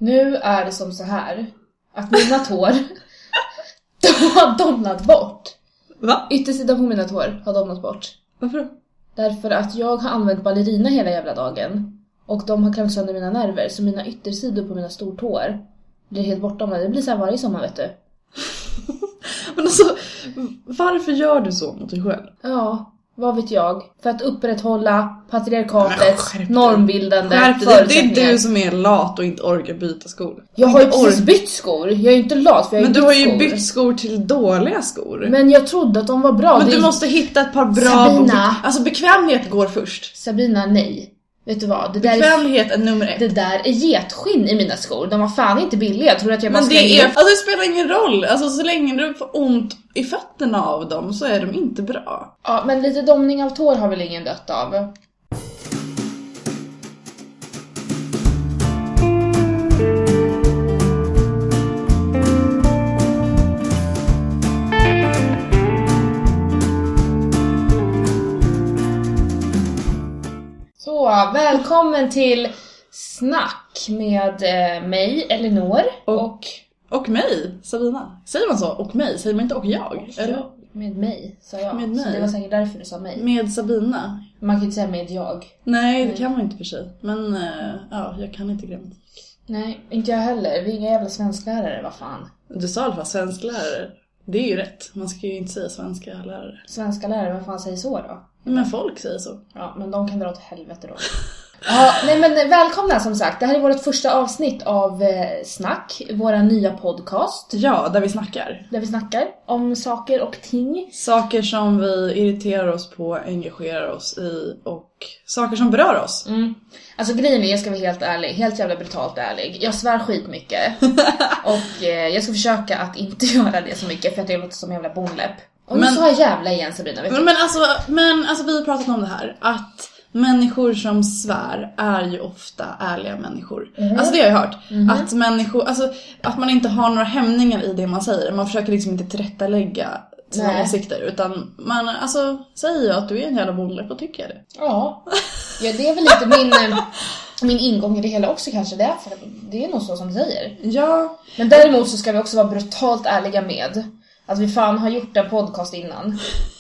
Nu är det som så här att mina tår de har domnat bort. Va? Yttersidan på mina tår har domnat bort. Varför då? Därför att jag har använt ballerina hela jävla dagen. Och de har klämt sönder mina nerver. Så mina yttersidor på mina stortår blir helt bortdomnade. Det blir så här varje sommar, vet du. Men alltså, varför gör du så mot dig själv? Ja, vad vet jag. För att upprätthålla patriarkatets normbildande förutsättningar. Det är du som är lat och inte orkar byta skor. Jag har ju precis bytt skor. Jag är inte lat för jag men du har ju bytt skor till dåliga skor. Men jag trodde att de var bra. Men du måste hitta ett par bra. Sabina. Alltså bekvämlighet går först. Sabina, nej. Vet du vad? Bekvämlighet är nummer 1. Det där är getskinn i mina skor. De var fan inte billiga. Jag tror att jag men det spelar ingen roll. Alltså så länge du får ont i fötterna av dem så är de inte bra. Ja, men lite domning av tår har väl ingen dött av. Så, välkommen till Snack med mig, Elinor. Och mig, Sabina. Säger man så? Och mig? Säger man inte och jag? Eller? Ja, med mig, sa jag. Med mig. Så det var säkert därför du sa mig. Med Sabina. Man kan inte säga med jag. Nej, det kan man inte för sig. Men ja, jag kan inte grammatik. Nej, inte jag heller. Vi är inga jävla svensklärare, vad fan. Du sa i alla fall svensklärare. Det är ju rätt. Man ska ju inte säga svenska lärare. Svenska lärare, vad fan säger så då? Men folk säger så. Ja, men de kan dra åt helvete då. Ja, nej men välkomna som sagt. Det här är vårt första avsnitt av Snack, våra nya podcast. Ja, där vi snackar. Där vi snackar om saker och ting. Saker som vi irriterar oss på, engagerar oss i och saker som berör oss. Alltså grejen är, jag ska vara helt ärlig, helt jävla brutalt ärlig. Jag svär skitmycket. Och jag ska försöka att inte göra det så mycket för att jag låter som jävla bonläpp. Och nu sa jag jävla igen, Sabina, vet du? Men alltså vi har pratat om det här, att människor som svär är ju ofta ärliga människor. Alltså det har jag hört. Att människor, alltså att man inte har några hämningar i det man säger. Man försöker liksom inte tillrättalägga sina åsikter. Utan man alltså säger ju att du är en jävla bonläpp och tycker det. Ja, det är väl lite min ingång i det hela också kanske. Det är, för det är nog så som du säger. Ja. Men däremot så ska vi också vara brutalt ärliga med att vi fan har gjort en podcast innan.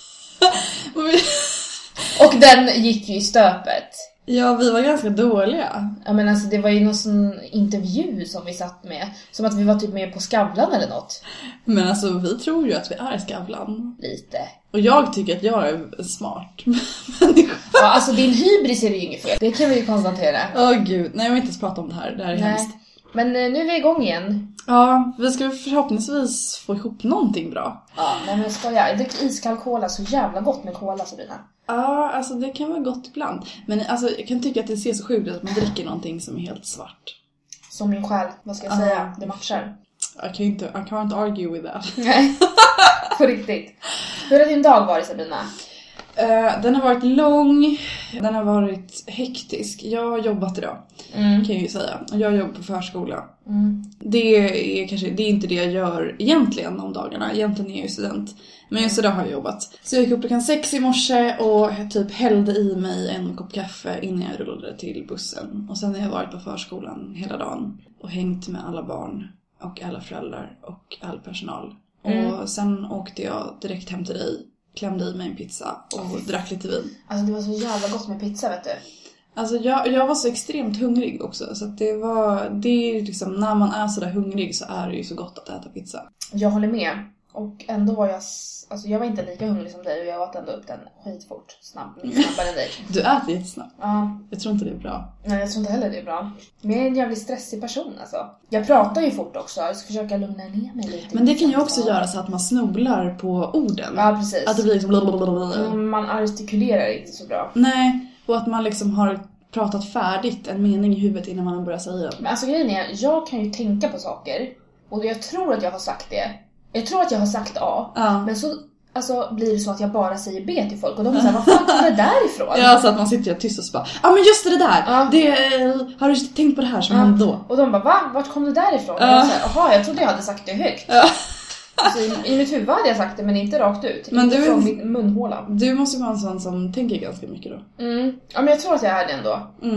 Och den gick ju i stöpet. Ja, vi var ganska dåliga. Ja, men alltså det var ju någon sån intervju som vi satt med. Som att vi var typ med på Skavlan eller något. Men alltså vi tror ju att vi är Skavlan. Lite. Och jag tycker att jag är smart människa. Ja, alltså din hybris är det ju inget fel. Det kan vi ju konstatera. Gud, nej jag vill inte ens prata om det här. Det här är hemskt. Men nu är vi igång igen. Ja, vi ska förhoppningsvis få ihop någonting bra. Ja, men ska jag dricker iskall cola, så jävla gott med cola, Sabina. Ja, alltså det kan vara gott ibland. Men alltså jag kan tycka att det ser så sjukt ut att man dricker någonting som är helt svart. Som min själ, vad ska jag säga? Det matchar. I can't argue with that. Nej, på riktigt. Hur har din dag varit, Sabina? Den har varit lång. Den har varit hektisk. Jag har jobbat idag, kan jag ju säga. Jag jobbar på förskola. Det är inte det jag gör egentligen om dagarna. Egentligen är jag ju student. Men just idag har jag jobbat. Så jag gick upp klockan 6 i morse och typ hällde i mig en kopp kaffe innan jag rullade till bussen. Och sen har jag varit på förskolan hela dagen och hängt med alla barn och alla föräldrar och all personal. Och sen åkte jag direkt hem till dig, klämde i mig en pizza och drack lite vin. Alltså det var så jävla gott med pizza, vet du. Alltså jag var så extremt hungrig också. Så att det är liksom, när man är så där hungrig så är det ju så gott att äta pizza. Jag håller med. Och ändå var jag var inte lika hungrig som dig. Och jag åt ändå upp den skitfort. Snabbare än dig. Du äter jättesnabbt. Ja. Jag tror inte det är bra. Nej, jag tror inte heller det är bra. Men jag är en jävligt stressig person alltså. Jag pratar ju fort också. Jag ska försöka lugna ner mig lite. Men det kan ju också göra så att man snobblar på orden. Ja, precis. Att det blir liksom man artikulerar inte så bra. Nej, och att man liksom har pratat färdigt en mening i huvudet innan man börjar säga det. Men alltså grejen är, jag kan ju tänka på saker. Och jag tror att jag har sagt det. Jag tror att jag har sagt A. Men så blir det så att jag bara säger B till folk. Och de säger, vad fan kom det därifrån? Ja, så att man sitter tyst och så bara, men just det där. Har du tänkt på det här som hände då? Och de bara, va? Vart kom det därifrån? Och jag säger, jaha, jag trodde jag hade sagt det högt. Alltså, i mitt huvud hade jag sagt det, men inte rakt ut. Men inte från min munhåla. Du måste vara en sån som tänker ganska mycket då. Ja, men jag tror att jag är det ändå.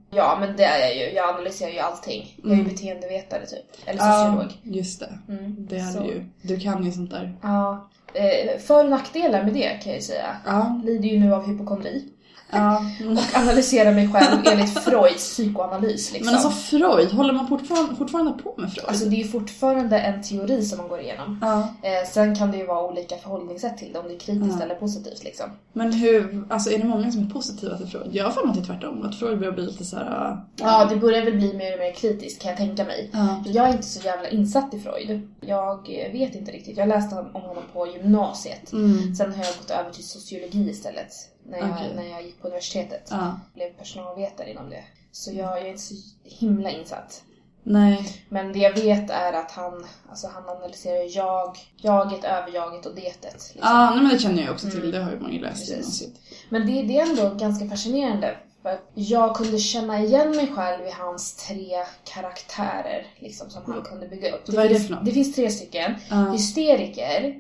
Ja, men det är jag ju. Jag analyserar ju allting. Jag är ju beteendevetare typ. Eller sociolog. Ja, just det. Det är du ju. Du kan ju sånt där. Ja. För- och nackdelar med det kan jag ju säga. Ja. Lider ju nu av hypokondri. Ja. Och analyserar mig själv enligt Freuds psykoanalys liksom. Men alltså Freud, håller man fortfarande på med Freud? Alltså det är ju fortfarande en teori som man går igenom. Ja. Sen kan det ju vara olika förhållningssätt till det, om det är kritiskt eller positivt liksom. Men hur, alltså är det många som är positiva till Freud? Jag har för mig att det är tvärtom, att Freud börjar bli lite så här. Ja, det börjar väl bli mer och mer kritiskt kan jag tänka mig. Jag är inte så jävla insatt i Freud. Jag vet inte riktigt. Jag läste om honom på gymnasiet. Sen har jag gått över till sociologi istället. När jag gick på universitetet. Blev personalvetare inom det. Så jag är inte så himla insatt. Nej. Men det jag vet är att han analyserar jaget, överjaget och detet. Liksom. Ja, men det känner jag också till. Det har ju man ju läst i. Men det är ändå ganska fascinerande. För att jag kunde känna igen mig själv i hans 3 karaktärer liksom, som han kunde bygga upp. Vad är det för något? Det finns 3 stycken. Hysteriker.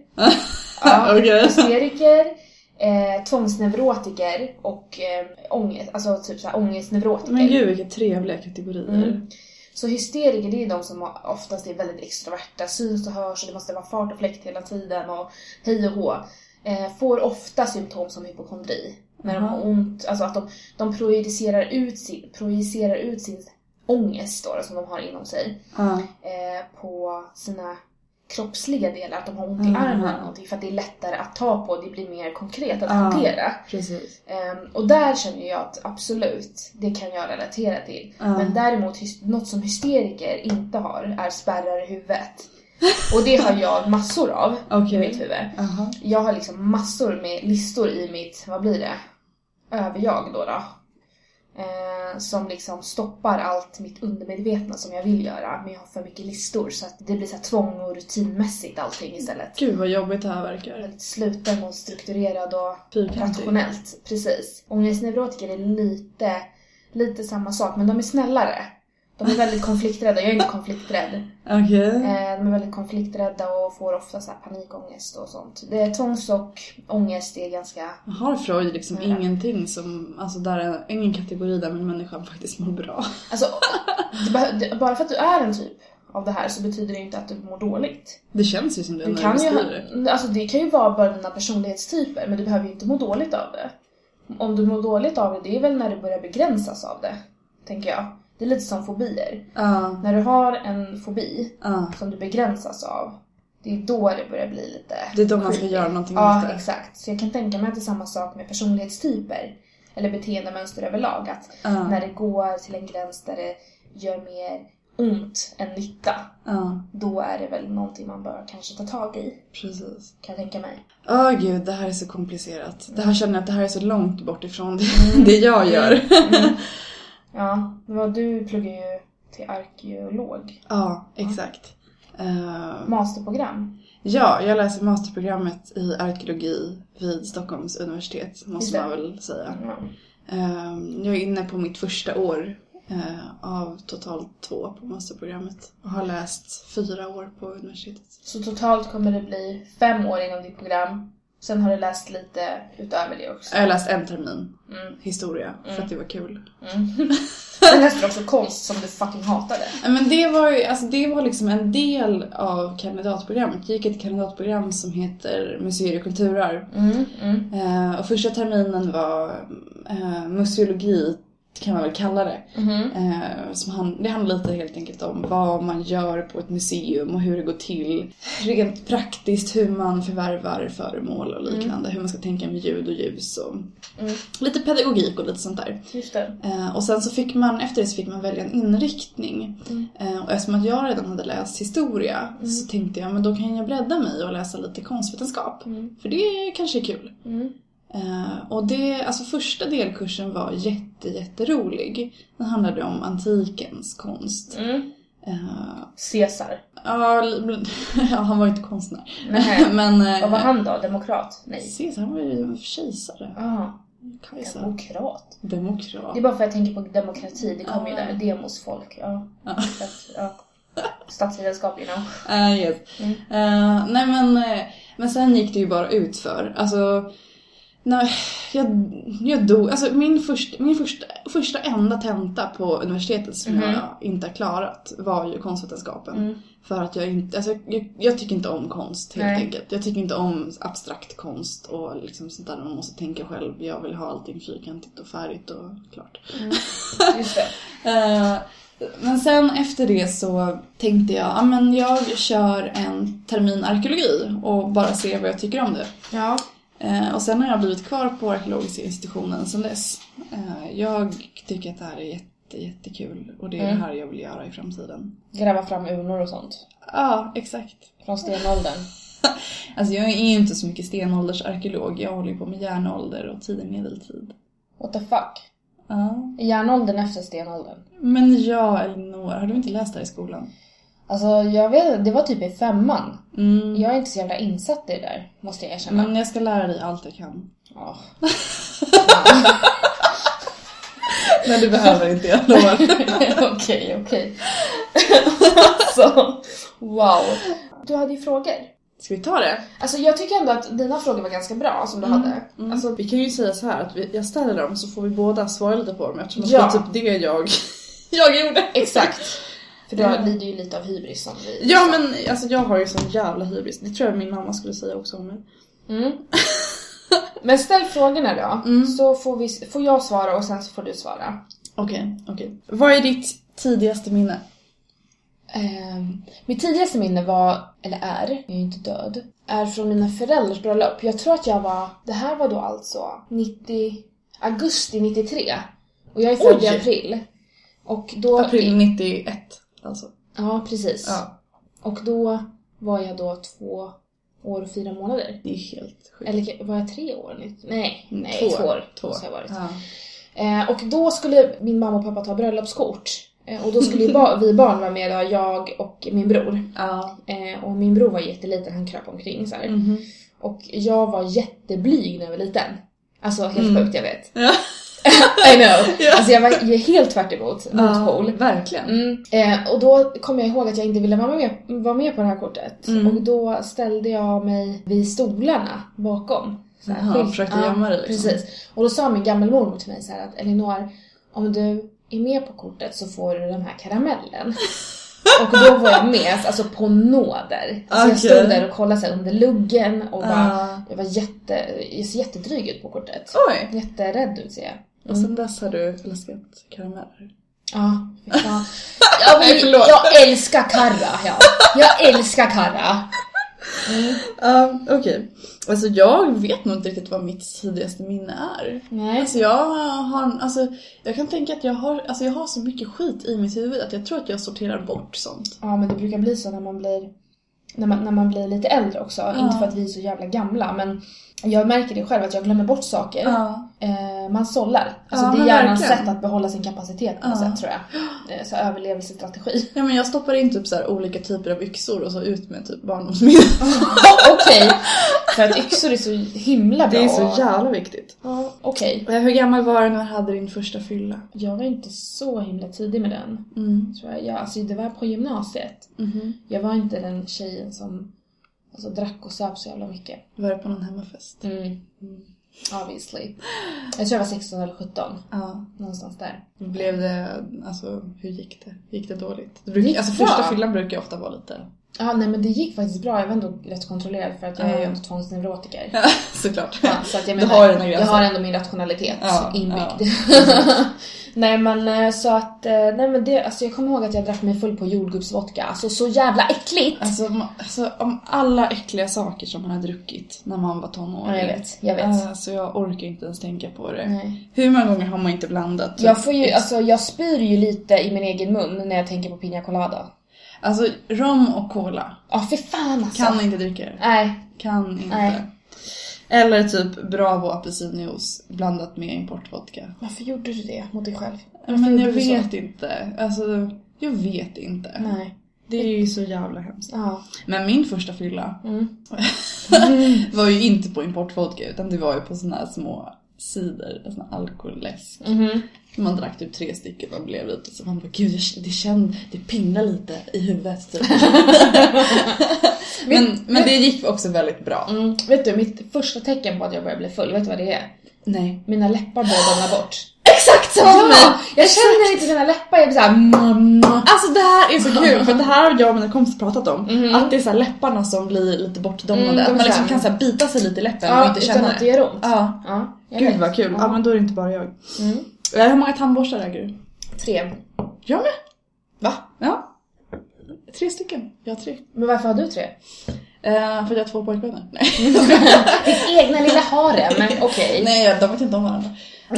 Hysteriker. Tvångsneurotiker och ångest, alltså typ så här ångestneurotiker. Men gud, vilka trevliga kategorier. Så hysteriker, det är de som oftast är väldigt extroverta, syns och hörs, och det måste vara fart och fläkt hela tiden och hej och hå. Får ofta symptom som hypokondri. När de har ont, alltså att de projicerar ut sin ångest då, som de har inom sig på sina kroppsliga delar, att de har ont i armen eller någonting, för att det är lättare att ta på, det blir mer konkret att hantera. Precis. Och där känner jag att absolut, det kan jag relatera till. Men däremot, något som hysteriker inte har är spärrar i huvudet. Och det har jag massor av i mitt huvud. Jag har liksom massor med listor i mitt, vad blir det? Överjag då. Som liksom stoppar allt mitt undermedvetna som jag vill göra. Men jag har för mycket listor så att det blir så här tvång och rutinmässigt allting istället. Gud vad jobbigt det här verkar. Väldigt sluten och strukturerad och rationellt. Precis. Ångestneurotiker är lite samma sak, men de är snällare. De är väldigt konflikträdda. Jag är inte konflikträdd. De är väldigt konflikträdda och får ofta så här panikångest och sånt. Det är tvångs- och ångest är ganska... Har Freud liksom ingenting som... Alltså där är ingen kategori där människan faktiskt mår bra. Alltså, bara för att du är en typ av det här så betyder det inte att du mår dåligt. Det känns ju som det när du beskriver. Alltså det kan ju vara bara dina personlighetstyper, men du behöver ju inte må dåligt av det. Om du mår dåligt av det är väl när du börjar begränsas av det, tänker jag. Det är lite som fobier. När du har en fobi som du begränsas av, det är då det börjar bli lite... Det är då man ska göra någonting åt det. Ja, exakt. Så jag kan tänka mig att det är samma sak med personlighetstyper. Eller beteendemönster överlag. Att när det går till en gräns där det gör mer ont än nytta, då är det väl någonting man bör kanske ta tag i. Precis. Kan jag tänka mig. Gud, det här är så komplicerat. Det här känner jag att det här är så långt bort ifrån det jag gör. Ja, du pluggar ju till arkeolog. Ja, exakt. Masterprogram. Ja, jag läser masterprogrammet i arkeologi vid Stockholms universitet, måste man väl säga. Jag är inne på mitt första år av totalt 2 på masterprogrammet och har läst 4 år på universitetet. Så totalt kommer det bli 5 år inom ditt program. Sen har du läst lite utöver det också. Jag har läst en termin historia för att det var kul. Sen läste du också konst som du fucking hatade. Men det var liksom en del av kandidatprogrammet. Jag gick ett kandidatprogram som heter Museer och kulturarv. Och första terminen var museologi, kan man väl kalla det. Det handlar lite helt enkelt om vad man gör på ett museum och hur det går till. Rent praktiskt hur man förvärvar föremål och liknande. Hur man ska tänka med ljud och ljus och lite pedagogik och lite sånt där. Just det. Och sen så fick man, efter det så fick man välja en inriktning. Och eftersom att jag redan hade läst historia så tänkte jag, men då kan jag bredda mig och läsa lite konstvetenskap. För det kanske är kul. Och första delkursen var jätterolig. Den handlade om antikens konst. Caesar. Ja, han var inte konstnär. Men vad var han då? Demokrat? Nej. Caesar, han var ju kejsare. Kejsar. Demokrat. Det är bara för att jag tänker på demokrati. Det kommer ju där med demos folk. Statsvetenskap, you know. Yes. Nej men sen gick det ju bara ut för. Alltså Nej, jag dog. Alltså min första enda tenta på universitetet som jag inte har klarat var ju konstvetenskapen. För att jag tycker inte om konst helt enkelt. Jag tycker inte om abstrakt konst och liksom sånt där man måste tänka själv. Jag vill ha allting fyrkantigt och färdigt och klart. Just det. Men sen efter det så tänkte jag, men jag kör en termin arkeologi och bara ser vad jag tycker om det. Ja. Och sen har jag blivit kvar på arkeologiska institutionen sen dess. Jag tycker att det här är jättekul och det är det här jag vill göra i framtiden. Gräva fram urnor och sånt. Ja, exakt. Från stenåldern. Alltså jag är inte så mycket stenåldersarkeolog. Jag håller på med järnålder och tidig medeltid. What the fuck? Ja. Järnåldern efter stenåldern. Men ja, Elinor, har du inte läst det här i skolan? Alltså jag vet, det var typ i 5:an. Jag är inte så jävla insatt i det där, måste jag erkänna. Men jag ska lära dig allt jag kan. Ja. Men du behöver inte, jag lovar. Okej. Alltså, wow. Du hade ju frågor. Ska vi ta det? Alltså jag tycker ändå att dina frågor var ganska bra som du hade. Alltså, vi kan ju säga så här att jag ställer dem så får vi båda svara lite på dem. Eftersom det är typ det jag gjorde. Exakt. För du lider ju lite av hybris som vi... Ja, men alltså, jag har ju sån jävla hybris. Det tror jag min mamma skulle säga också om mig. Men ställ frågorna då. Så får jag svara och sen så får du svara. Okej. Vad är ditt tidigaste minne? Mitt tidigaste minne var, eller jag är ju inte död, är från mina föräldrars bröllop. Jag tror att det här var då alltså augusti 93. Och jag är född i april. Och då... April 91 alltså. Ja, precis. Ja. Och då var jag då 2 år och 4 månader. Det är helt sjukt. Eller var jag 3 år? Nej, 2 år. 2 år har jag varit. Ja. Och då skulle min mamma och pappa ta bröllopskort. Och då skulle vi barn vara med, då, jag och min bror. Ja. Och min bror var jätteliten, han kröp omkring så här. Och jag var jätteblyg när jag var liten. Alltså helt sjukt, jag vet. Ja. I know. Yeah. Alltså jag var helt tvärt emot motpol. Verkligen. Och då kom jag ihåg att jag inte ville vara med på det här kortet. Och då ställde jag mig vid stolarna bakom. Försökte gömma dig liksom. Precis. Och då sa min gammelmor till mig så här att Elinor, om du är med på kortet så får du den här karamellen. Och då var jag med, alltså på nåder. Alltså jag stod där och kollade sig under luggen och jag ser jättedryg ut på kortet. Oj. Jätterädd ut ser jag. Och sen dess har du älskat karameller. Ja, jag älskar karra. Ja. Jag älskar karra. Okej. Alltså jag vet nog inte riktigt vad mitt tidigaste minne är. Nej. Alltså jag kan tänka att jag har så mycket skit i mitt huvud att jag tror att jag sorterar bort sånt. Ja, men det brukar bli så när man blir lite äldre också. Ja. Inte för att vi är så jävla gamla, men jag märker det själv att jag glömmer bort saker. Ja. Man sållar. Alltså det är hjärnans sätt att behålla sin kapacitet på något sätt, tror jag. Så överlevelsestrategi. Ja, men jag stoppar in typ så här olika typer av yxor och så ut med typ barndomsminne. Okej. För att yxor är så himla bra. Det är så jävla viktigt. Ja, okej. Hur gammal var du när du hade din första fylla? Jag var inte så himla tidig med den. Tror jag. Alltså det var på gymnasiet. Jag var inte den tjejen som drack och söp så jävla mycket. Var det på någon hemmafest? Obviously. Jag tror jag var 16 eller 17. Ja. Någonstans där. Blev det, alltså hur gick det? Gick det dåligt? Första fyllan brukar ofta vara lite... Ja, nej men det gick faktiskt bra. Jag var ändå rätt kontrollerad för att jag är ju inte tvångsneurotiker. Ja, såklart. Ja, så att jag har ändå min rationalitet inbyggd. Ja. Nej men så att det, alltså jag kommer ihåg att jag drack mig full på jordgubbsvodka. Alltså så jävla äckligt. Alltså om alla äckliga saker som man har druckit när man var tonåring. Ja, jag vet. Alltså jag orkar inte ens tänka på det. Nej. Hur många gånger har man inte blandat? Jag spyr ju lite i min egen mun när jag tänker på piña colada. Alltså rom och cola. Ja, för fan alltså. Kan inte dricka det. Nej. Kan inte. Nej. Eller typ Bravo apelsinjuice blandat med importvodka. Varför gjorde du det mot dig själv? Men jag vet inte. Alltså, jag vet inte. Nej. Det är ju så jävla hemskt. Ja. Men min första fylla var ju inte på importvodka utan det var ju på såna här små cider, såna alkoläsk. Man drack typ 3 stycken och blev lite så man bara, gud det pinnar lite i huvudet typ. Men det gick också väldigt bra. Vet du, mitt första tecken på att jag börjar bli full, vet du vad det är? Nej. Mina läppar börjar domna bort. Exakt så! Jag känner inte mina läppar, jag blir såhär Alltså det här är så kul, för det här har jag och mina kompisar pratat om. Att det är så här läpparna som blir lite bortdomnade. Att man liksom kan så här bita sig lite i läppen och inte känna utan att det gör ont. Ja. Gud vad kul. Ja, men då är det inte bara jag. Hur många tandborstar äger du? 3. Jag med. Va? Ja. 3 stycken. Jag har 3. Men varför har du 3? För att jag har 2 pojkvänner. Nej. Ditt egna lilla harem, men okej. Nej, de vet inte om varandra.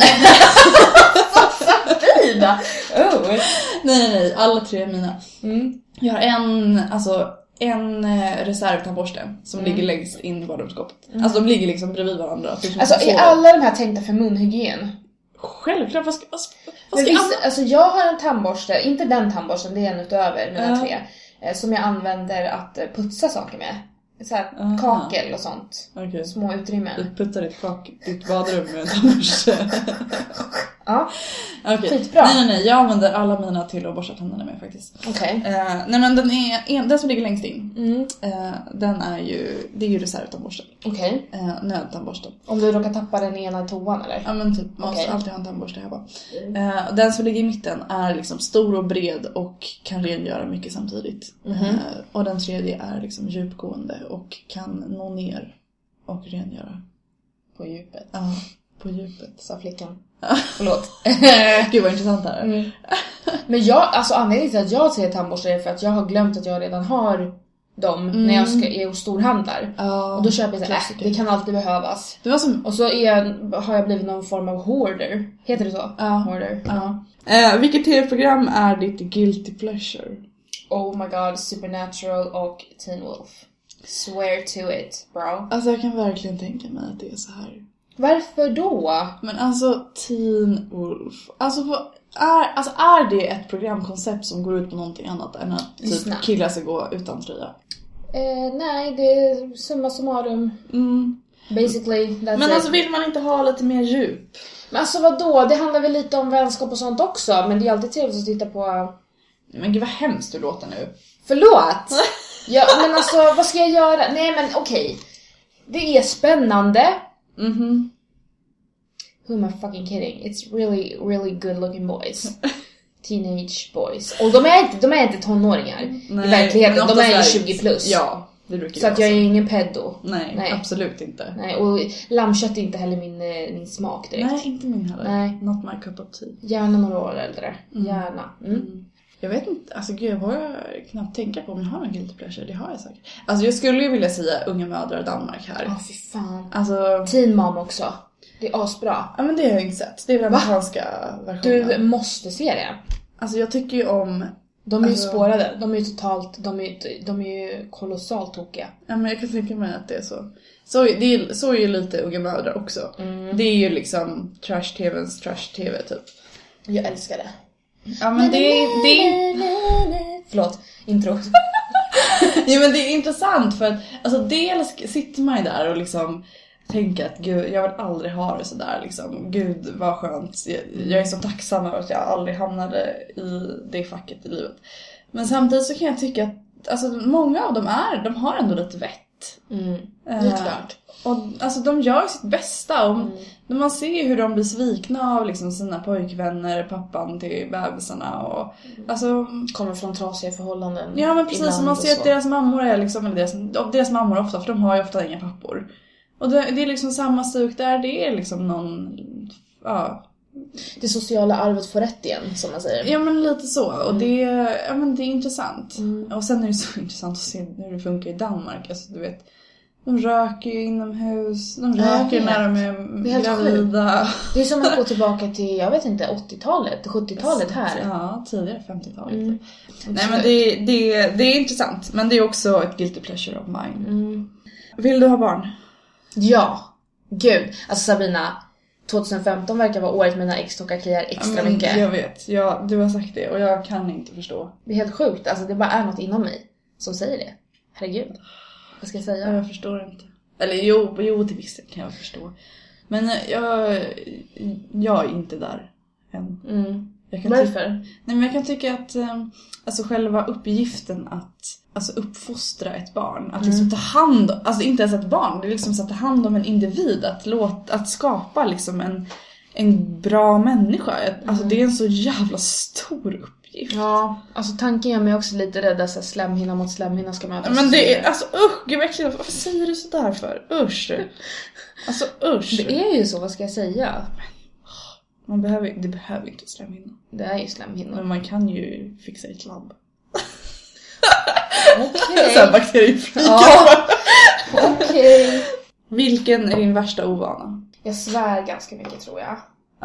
Fina! Nej, alla 3 är mina. Jag har en reservtandborste som ligger längst in i badrumsskåpet. Alltså de ligger liksom bredvid varandra. Alltså är alla de här tänkta för munhygien? Självklart, vad ska alltså jag har en tandborste, inte den tandborsten, det är en utöver mina 3, som jag använder att putsa saker med. Så här, kakel och sånt. Okay. Små utrymmen. Du puttar ditt badrum med en tandborste. Ja, okay. Skitbra. Nej, jag använder alla mina till att borsta tänderna med faktiskt. Okej. Nej men den som ligger längst in. Den är ju reservtandborsten. Okej. Nödtandborsten. Om du råkar tappa den ena toan eller? Ja men typ, man måste alltid ha en tandborste hemma. Den som ligger i mitten är liksom stor och bred och kan rengöra mycket samtidigt. Och den tredje är liksom djupgående och kan nå ner och rengöra. På djupet. Ja, på djupet. Sa flickan. Förlåt. Gud vad intressant det här. Men anledningen till att jag ser tandborstar är för att jag har glömt att jag redan har dem när jag är hos storhandlar. Och då köper jag så det kan alltid behövas. Det var som... Och så har jag blivit någon form av hoarder. Heter det så? Hoarder. Vilket tv-program är ditt guilty pleasure? Oh my god, Supernatural och Teen Wolf. Swear to it, bro. Alltså jag kan verkligen tänka mig att det är så här. Varför då? Men alltså Teen Wolf. Är det ett programkoncept som går ut på någonting annat än att typ killar ska gå utan tröja? Nej, det är summa summarum. Basically, that's men alltså vill man inte ha lite mer djup? Men alltså vadå? Det handlar väl lite om vänskap och sånt också. Men det är alltid trevligt att titta på... Men gud vad hemskt du låter nu. Förlåt! Ja, men alltså vad ska jag göra? Nej men okej. Det är spännande. Who am I fucking kidding? It's really, really good looking boys. Teenage boys. Och de är inte tonåringar. Nej, i verkligheten. De är ju 20 plus. Ja, det brukar så att jag är ingen pedo. Nej, absolut inte. Nej, och lammkött är inte heller min smak direkt. Nej, inte min heller. Nej. Not my cup of tea. Gärna några år äldre. Gärna. Jag vet inte, alltså gud, jag vågar knappt tänka på om jag har en guilty pleasure. Det har jag säkert. Alltså jag skulle ju vilja säga Unga mödrar Danmark här. Fy fan. Alltså... Teen Mom också. Det är asbra. Ja men det har jag inte sett. Det är den amerikanska versionen. Du måste se det. Alltså jag tycker ju om... De är ju spårade. De är ju totalt... De är ju kolossalt tokiga. Ja men jag kan tänka mig att det är så. Så är ju lite Unga mödrar också. Det är ju liksom trash-tvns trash-tv typ. Jag älskar det. Ja men det Förlåt, intro. Ja men det är intressant för att alltså dels sitter man ju där och liksom tänker att gud, jag vill aldrig ha det så där liksom. Gud vad skönt. Jag är så tacksam över att jag aldrig hamnade i det facket i livet. Men samtidigt så kan jag tycka att alltså många av dem de har ändå lite vett. Det är klart. Och alltså de gör sitt bästa och när man ser hur de blir svikna av liksom sina pojkvänner, pappan till bebisarna och alltså kommer från trasiga förhållanden. Ja men precis, som man ser att deras mammor är liksom eller deras mammor ofta, för de har ju ofta inga pappor. Och det är liksom samma stuk där, det är liksom någon det sociala arvet får rätt igen, som man säger. Ja men lite så, och det är intressant. Och sen är det så intressant att se hur det funkar i Danmark, alltså du vet. De röker ju inomhus. De röker när de är gravida. Det är som att gå tillbaka till, jag vet inte, 80-talet, 70-talet här. Ja, tidigare 50-talet. Nej men det är intressant. Men det är också ett guilty pleasure of mine. Vill du ha barn? Ja, gud. Alltså Sabina, 2015 verkar vara året mina ex-tockar kliar extra mycket. Jag vet, du har sagt det och jag kan inte förstå. Det är helt sjukt, alltså det bara är något inom mig som säger det. Herregud. Vad ska jag säga? Jag förstår inte. Eller jo till viss kan jag förstå. Men jag är inte där än. Varför? Nej, men jag kan tycka att alltså själva uppgiften att uppfostra ett barn, att liksom ta hand, alltså inte ens ett barn, det är liksom att ta hand om en individ, att skapa liksom en bra människa. Alltså det är en så jävla stor uppgift. Ja, alltså tanken gör mig också lite rädd att slemhinna mot slemhinna ska mötas. Men det är, alltså gud verkligen, varför säger du så där för? Usch. Alltså usch. Det är ju så, vad ska jag säga? Det behöver inte slemhinna. Det är ju slemhinna. Men man kan ju fixa ett labb. Okej. Så här bakteriefriga. Ja. Okej. Vilken är din värsta ovana? Jag svär ganska mycket, tror jag.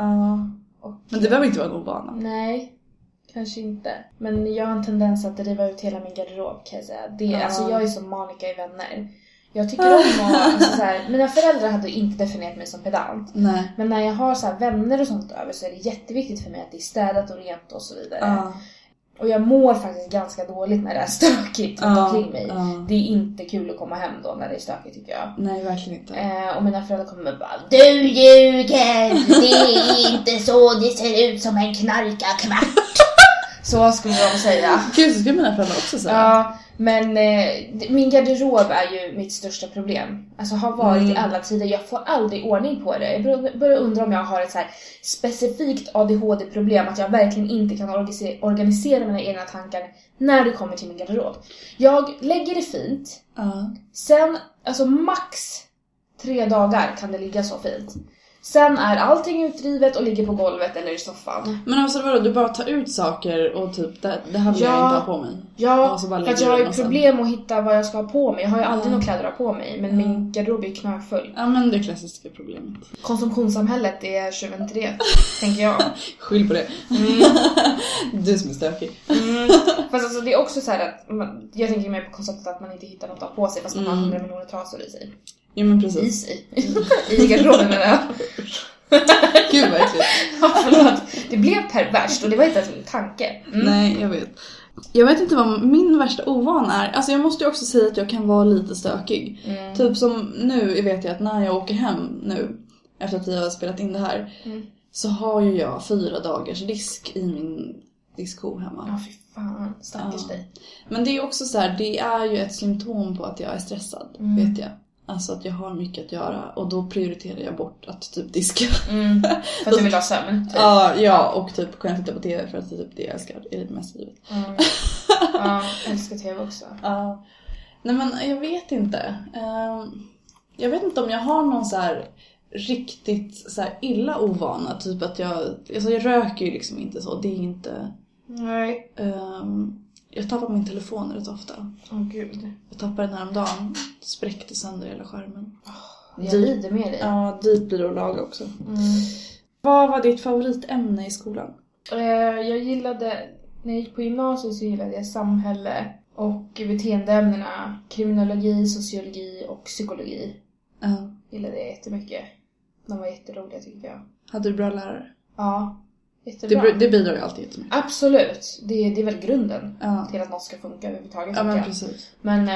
Men det behöver inte vara en ovana. Nej, kanske inte. Men jag har en tendens att driva ut hela min garderob, kan jag säga. Alltså jag är som Monica i Vänner. Jag tycker om att, alltså, så här, mina föräldrar hade inte definierat mig som pedant. Nej. Men när jag har så här, vänner och sånt över så är det jätteviktigt för mig att det är städat och rent och så vidare. Och jag mår faktiskt ganska dåligt när det är stökigt runt omkring mig. Det är inte kul att komma hem då när det är stökigt, tycker jag. Nej, verkligen inte. Och mina föräldrar kommer och bara: du ljuger! Det är inte så det ser ut som en knarkarkvart. Så skulle jag säga. Gud, så skulle mina föräldrar också säga. Ja, men min garderob är ju mitt största problem. Alltså har varit i alla tider. Jag får aldrig ordning på det. Jag börjar undra om jag har ett så här specifikt ADHD-problem. Att jag verkligen inte kan organisera mina egna tankar när det kommer till min garderob. Jag lägger det fint. Sen, alltså max 3 dagar kan det ligga så fint. Sen är allting utdrivet och ligger på golvet eller i soffan. Men alltså vadå, du bara tar ut saker och typ, det här vill jag inte ha på mig. Ja, för att jag har ju problem att hitta vad jag ska ha på mig. Jag har ju aldrig några kläder att ha på mig, men min garderob är knökfull. Ja, men det är klassiska problemet. Konsumtionssamhället är tjuven till det, tänker jag. Skyll på det. Du som är stökig. Fast alltså det är också så här att jag tänker mer på konceptet att man inte hittar något att ha på sig fast man har 100 miljoner trasor i sig. Ja, men precis. I garderoben menar jag. Gud, verkligen. Ja, förlåt. Det blev perverst och det var inte ens min tanke. Nej, jag vet. Jag vet inte vad min värsta ovan är. Alltså jag måste ju också säga att jag kan vara lite stökig. Typ som nu vet jag att när jag åker hem nu, efter att vi har spelat in det här, så har ju jag 4 dagars disk i min diskho hemma. Ja, fy fan. Stackars dig. Men det är också så här, det är ju ett symptom på att jag är stressad, vet jag. Alltså att jag har mycket att göra. Och då prioriterar jag bort att typ diska. För att du vill ha sömn typ. Ja, och typ kunna titta på tv. För att typ det jag älskar är det mest livet. Ja, jag älskar tv också. Nej, men jag vet inte. Jag vet inte om jag har någon så här riktigt så här illa ovana. Typ att jag röker ju liksom inte så. Det är inte... Nej. Jag tappar min telefon rätt ofta. Gud. Jag tappade den här om dagen. Spräckte sönder hela skärmen. Jag lider med dig. Ja, dit blir det att laga också. Vad var ditt favoritämne i skolan? Jag gillade, när jag gick på gymnasiet så gillade jag samhälle och beteendeämnena kriminologi, sociologi och psykologi. Gillade jag jättemycket. De var jätteroliga, tycker jag. Hade du bra lärare? Ja. Jättebra. Det bidrar ju alltid jättemycket. Absolut. Det är väl grunden till att något ska funka överhuvudtaget. Ja, men precis. Men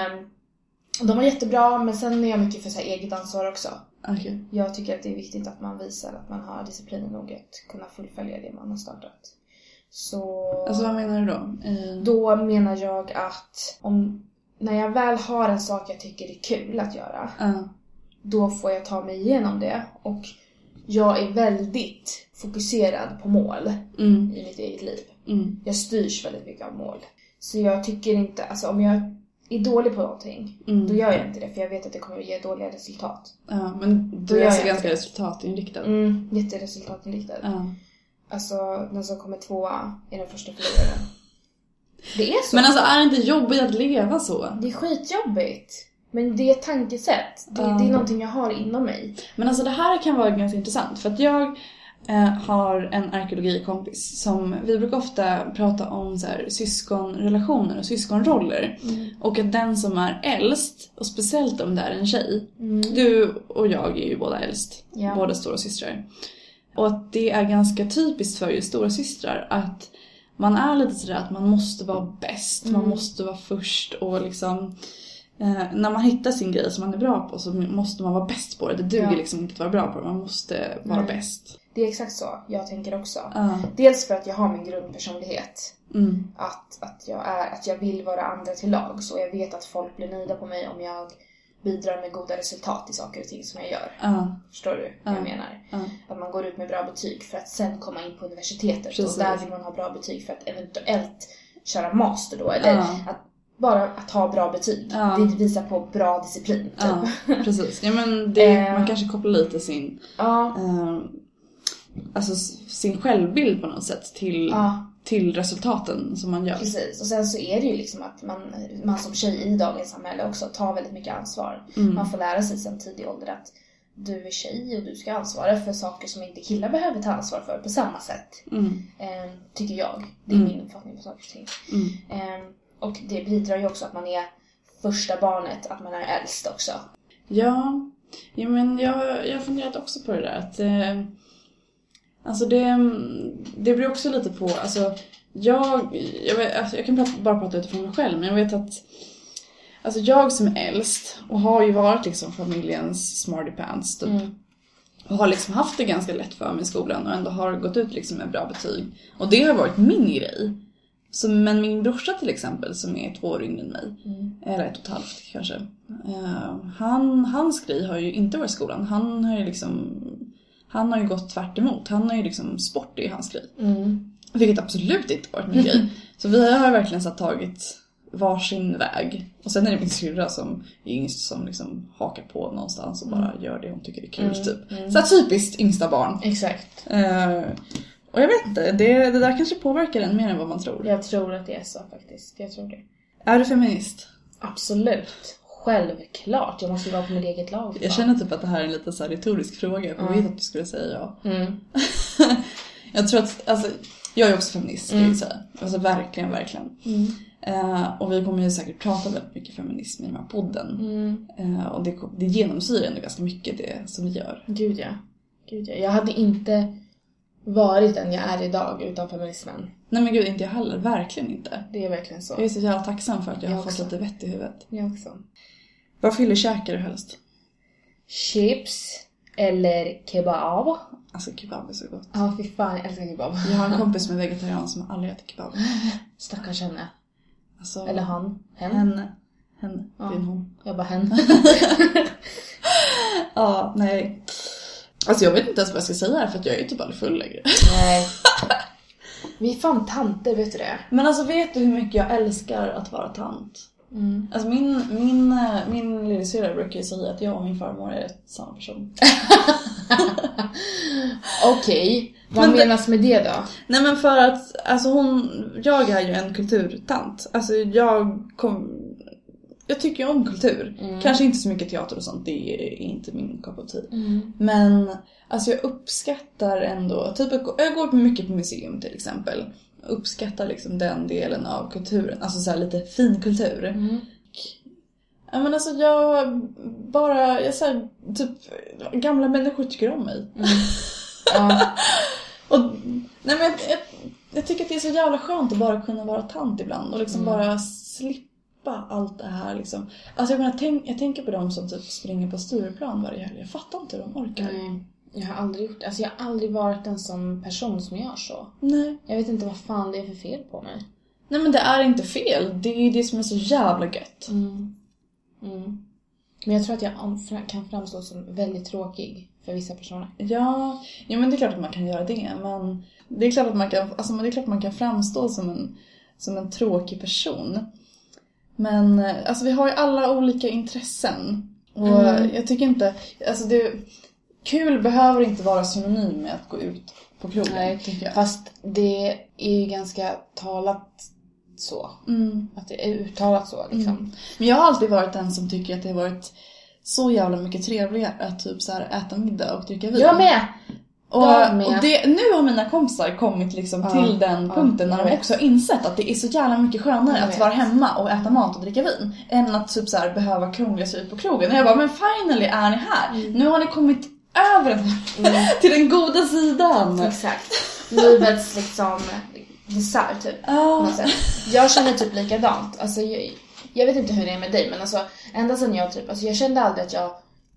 de var jättebra, men sen är jag mycket för så här eget ansvar också. Okay. Jag tycker att det är viktigt att man visar att man har disciplinen nog att kunna fullfölja det man har startat. Så... Alltså vad menar du då? Då menar jag att när jag väl har en sak jag tycker är kul att göra, då får jag ta mig igenom det. Och jag är väldigt fokuserad på mål i mitt eget liv. Jag styrs väldigt mycket av mål. Så jag tycker inte, alltså om jag är dålig på någonting, då gör jag inte det. För jag vet att det kommer att ge dåliga resultat. Ja, men du är alltså ganska resultatinriktad. Jätteresultatinriktad. Alltså den som kommer 2:a är den första förloraren. Det är så. Men alltså är det inte jobbigt att leva så? Det är skitjobbigt. Men det är ett tankesätt. Det är någonting jag har inom mig. Men alltså det här kan vara ganska intressant. För att jag har en arkeologikompis som vi brukar ofta prata om så här, syskonrelationer och syskonroller. Och att den som är äldst, och speciellt om det är en tjej, du och jag är ju båda äldst, båda stora systrar. Och att det är ganska typiskt för just stora systrar att man är lite sådär att man måste vara bäst, man måste vara först och liksom... när man hittar sin grej som man är bra på så måste man vara bäst på det. Det duger liksom inte att vara bra på det. Man måste vara bäst. Det är exakt så jag tänker också. Dels för att jag har min grundpersonlighet. Att jag vill vara andra till lag. Så jag vet att folk blir nöjda på mig om jag bidrar med goda resultat i saker och ting som jag gör. Förstår du vad jag menar? Att man går ut med bra betyg för att sen komma in på universitetet. Precis. Och där vill man ha bra betyg för att eventuellt köra master då. Eller att ha bra betyg. Det visar på bra disciplin. Typ. Precis. Ja, men man kanske kopplar lite sin alltså sin självbild på något sätt till resultaten som man gör. Precis, och sen så är det ju liksom att man som tjej i dagens samhälle också tar väldigt mycket ansvar. Man får lära sig sedan tidig ålder att du är tjej och du ska ansvara för saker som inte killar behöver ta ansvar för på samma sätt. Tycker jag. Det är min uppfattning på saker och ting. Och det bidrar ju också att man är första barnet, att man är äldst också. Ja men jag har funderat också på det där att alltså det blir också lite på, alltså jag kan bara prata utifrån mig själv, men jag vet att alltså jag som är äldst och har ju varit liksom familjens smarty pants typ, och har liksom haft det ganska lätt för mig i skolan och ändå har gått ut liksom med bra betyg, och det har varit min grej. Så, men min brorsa till exempel, som är 2 år yngre än mig, eller 1,5 kanske, hans grej har ju inte varit skolan. Han har ju gått tvärt emot. Han har ju liksom sport i hans grej. Vilket absolut inte varit min grej. Så vi har verkligen så tagit varsin väg. Och sen är det min syrra som är yngst som liksom hakar på någonstans och bara gör det hon tycker är kul typ. Så typiskt yngsta barn. Exakt. Och jag vet inte, det där kanske påverkar en mer än vad man tror. Jag tror att det är så faktiskt. Jag tror det. Är du feminist? Absolut. Självklart. Jag måste ju vara på mitt eget lag. Jag känner typ att det här är en lite så här retorisk fråga. För jag vet att du skulle säga ja. Jag tror att, alltså, jag är också feminist, kan jag säga. Alltså verkligen. Och vi kommer ju säkert prata väldigt mycket feminism i den här podden. Och det genomsyrar ändå ganska mycket det som vi gör. Gud ja. Jag hade inte varit den jag är idag utan feminismen. Nej men gud, inte jag heller. Verkligen inte. Det är verkligen så. Jag är så jävla tacksam för att jag har fått lite vett i huvudet. Jag också. Vad fyller käkar du helst? Chips eller kebab. Alltså kebab är så gott. Ja, fy fan, jag älskar kebab. Jag har en kompis som är vegetarian som aldrig äter kebab. Stackars henne. Alltså, eller han. Henne. Det är en hon. Jag bara hen. Ja, nej. Alltså jag vet inte ens vad jag ska säga här, för att jag är typ aldrig full längre. Nej. Vi är fan tanter, vet du det? Men alltså vet du hur mycket jag älskar att vara tant? Alltså min lillasyrra brukar ju säga att jag och min farmor är samma person. Okej. Vad menas med det då? Nej men för att alltså jag är ju en kulturtant. Alltså jag tycker ju om kultur. Kanske inte så mycket teater och sånt. Det är inte min kopp av te. Men alltså jag uppskattar ändå typ jag går mycket på museum till exempel. Uppskattar liksom den delen av kulturen. Alltså så här lite fin kultur. Ja men alltså jag så här, typ gamla människor tycker om mig. Och nej men jag tycker att det är så jävla skönt att bara kunna vara tant ibland och liksom bara slippa allt det här liksom. Alltså jag tänker på dem som typ springer på Stureplan varje helg. Jag fattar inte hur de orkar. Jag har aldrig gjort, alltså jag har aldrig varit en sån person som gör så. Nej. Jag vet inte vad fan det är för fel på mig. Nej men det är inte fel. Det är det som är så jävla gött. Men jag tror att jag kan framstå som väldigt tråkig för vissa personer. Ja men det är klart att man kan göra det. Men det är klart att man kan framstå som en tråkig person. Men alltså vi har ju alla olika intressen. Och jag tycker inte, alltså kul behöver inte vara synonym med att gå ut på krogen. Nej, tycker jag. Fast det är ju ganska talat så. Att det är uttalat så liksom. Men jag har alltid varit den som tycker att det har varit så jävla mycket trevligare att typ så här äta middag och dricka vin. Jag med! Och nu har mina kompisar kommit liksom till den punkten när de också har insett att det är så jävla mycket skönare att vara hemma och äta mat och dricka vin än att typ så här behöva krångla sig ut på krogen. Och jag bara, men finally är ni här. Nu har ni kommit över till den goda sidan. Exakt. Livets liksom dessert typ. Jag känner typ likadant. Alltså jag vet inte hur det är med dig, men alltså ända sedan jag typ, alltså jag kände aldrig att jag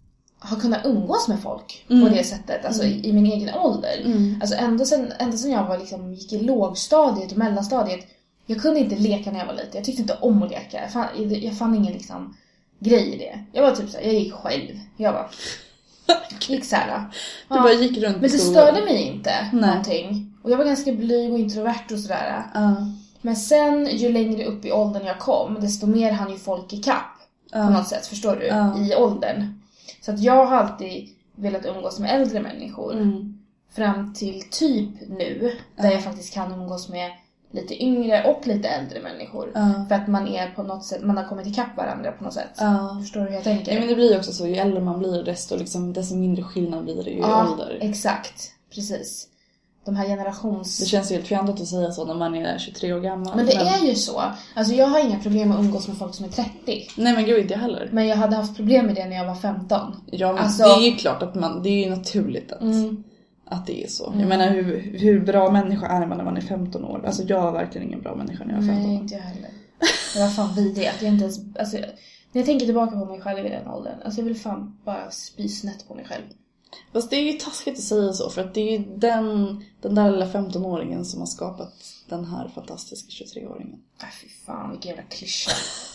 har kunnat umgås med folk på det sättet, alltså i min egen ålder. Alltså ända sen jag var liksom, gick i lågstadiet och mellanstadiet, jag kunde inte leka när jag var liten. Jag tyckte inte om att leka. Jag fann ingen liksom grej i det. Jag var typ så här, jag gick själv. Jag bara gick så här. Du bara gick runt. Men det störde mig inte någonting. Och jag var ganska blyg och introvert och sådär. Men sen, ju längre upp i åldern jag kom, desto mer hann ju folk i kapp. På något sätt, förstår du? I åldern. Så att jag har alltid velat umgås med äldre människor. Fram till typ nu. Där jag faktiskt kan umgås med lite yngre och lite äldre människor. För att man är på något sätt, man har kommit ikapp varandra på något sätt. Förstår du hur jag tänker? Ja, men det blir också så, ju äldre man blir desto mindre skillnad blir det ju i ålder. Exakt, precis. De här Det känns ju helt fjantigt att säga så när man är 23 år gammal. Men det är ju så. Alltså jag har inga problem med att umgås med folk som är 30. Nej men gud, inte jag heller. Men jag hade haft problem med det när jag var 15. Ja, men alltså, det är ju klart att det är ju naturligt att det är så. Jag menar, hur bra människa är man när man är 15 år? Alltså jag var verkligen ingen bra människa när jag var 15 år. Nej, inte jag heller. Det var fan vidrigt att jag inte ens, alltså, när jag tänker tillbaka på mig själv i den åldern, alltså jag vill fan bara spy snett på mig själv. Fast det är ju taskigt att säga så, för att det är ju den där lilla 15-åringen som har skapat den här fantastiska 23-åringen. Nej, fy fan, vilken jävla klyscha.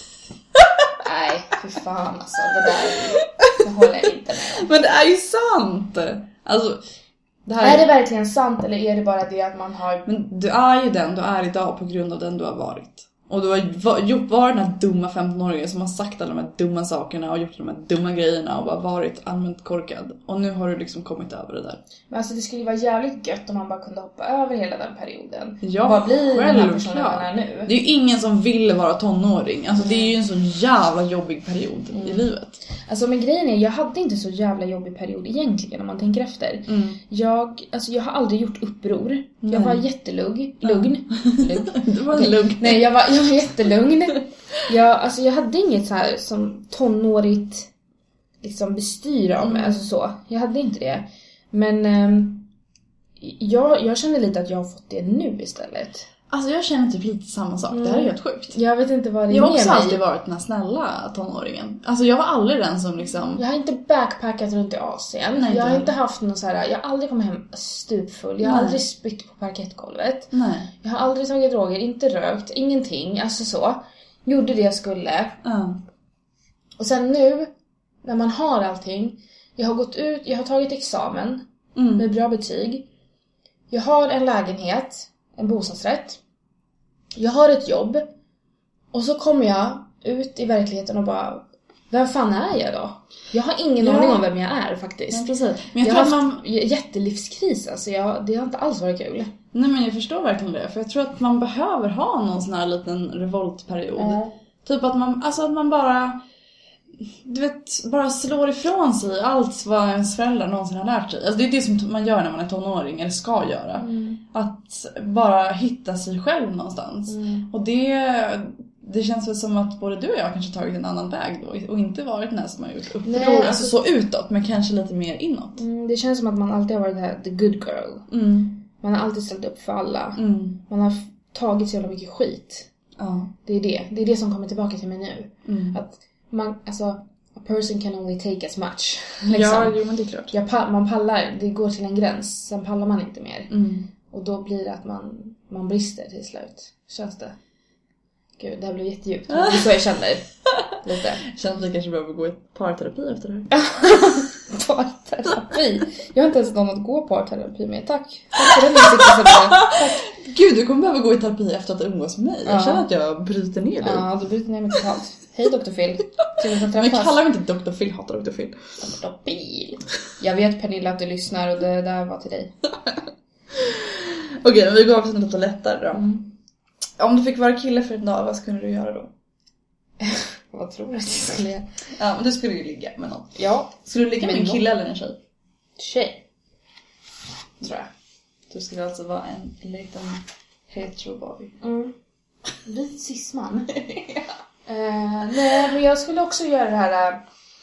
Nej, fy fan, alltså det håller jag inte med om. Men det är ju sant! Alltså, är det verkligen sant, eller är det bara det att man har... Men du är ju den du är idag på grund av den du har varit. Och du har varit den här dumma 15-åringen som har sagt alla de här dumma sakerna och gjort de här dumma grejerna och bara varit allmänt korkad. Och nu har du liksom kommit över det där. Men alltså det skulle ju vara jävligt gött om man bara kunde hoppa över hela den perioden. Ja, och bara bli den här personen man är nu. Det är ju ingen som vill vara tonåring. Alltså det är ju en så jävla jobbig period i livet. Alltså men grejen är, jag hade inte så jävla jobbig period egentligen om man tänker efter. Jag har aldrig gjort uppror. Jag var jättelugn. Du var lugn. Nej, jag var jättelugn. Jag hade inget så här som tonårigt liksom bestyr av mig, alltså så. Jag hade inte det. Men jag känner lite att jag har fått det nu istället. Alltså jag känner typ lite samma sak. Det här är helt sjukt. Jag vet inte vad det är. Jag har också alltid varit den här snälla tonåringen. Alltså jag var aldrig den som liksom... Jag har inte backpackat runt i Asien. Nej, jag har inte haft någon så här. Jag har aldrig kommit hem stupfull. Jag har aldrig spytt på parkettgolvet. Nej. Jag har aldrig tagit droger, inte rökt, ingenting. Alltså så. Gjorde det jag skulle. Och sen nu, när man har allting. Jag har gått ut, jag har tagit examen med bra betyg. Jag har en lägenhet. En bostadsrätt. Jag har ett jobb. Och så kommer jag ut i verkligheten och bara... Vem fan är jag då? Jag har ingen aning om vem jag är faktiskt. Ja, precis. Men jag har haft jättelivskris. Alltså det har inte alls varit kul. Nej, men jag förstår verkligen det. För jag tror att man behöver ha någon sån här liten revoltperiod. Typ att man bara... Du vet, bara slår ifrån sig allt vad ens föräldrar någonsin har lärt sig. Alltså det är det som man gör när man är tonåring, eller ska göra. Att bara hitta sig själv någonstans. Och det känns väl som att både du och jag kanske tagit en annan väg då. Och inte varit den här som har gjort uppror. Nej, alltså så utåt, men kanske lite mer inåt. Det känns som att man alltid har varit här, the good girl. Man har alltid ställt upp för alla. Man har tagit så jävla mycket skit. Det är det som kommer tillbaka till mig nu. Att a person can only take as much. Liksom. Ja, men det är klart. Man pallar, det går till en gräns. Sen pallar man inte mer. Och då blir det att man brister till slut. Känns det? Gud, det här blir jättedjupt. Det är så jag känner. Lite. Känns att vi kanske behöver gå i parterapi efter det här. Parterapi? Jag har inte ens någon att gå parterapi med. Tack för den insikten. Tack. Gud, du kommer behöva gå i terapi efter att umgås med mig. Jag känner att jag bryter ner dig. Ja, du bryter ner mig totalt. Hej Dr. Phil. Men kallar vi inte Dr. Phil, hatar Dr. Phil. Dr. Phil. Jag vet Pernilla att du lyssnar och det där var till dig. Okej, men vi går av till något lättare då. Om du fick vara kille för en dag, vad skulle du göra då? Vad tror du att jag skulle göra? Ja, men du skulle ju ligga med någon. Ja. Skulle du ligga med en kille eller en tjej? Tjej. Tror jag. Du skulle alltså vara en liten hetero boy. Vit cisman. Nej, men jag skulle också göra det här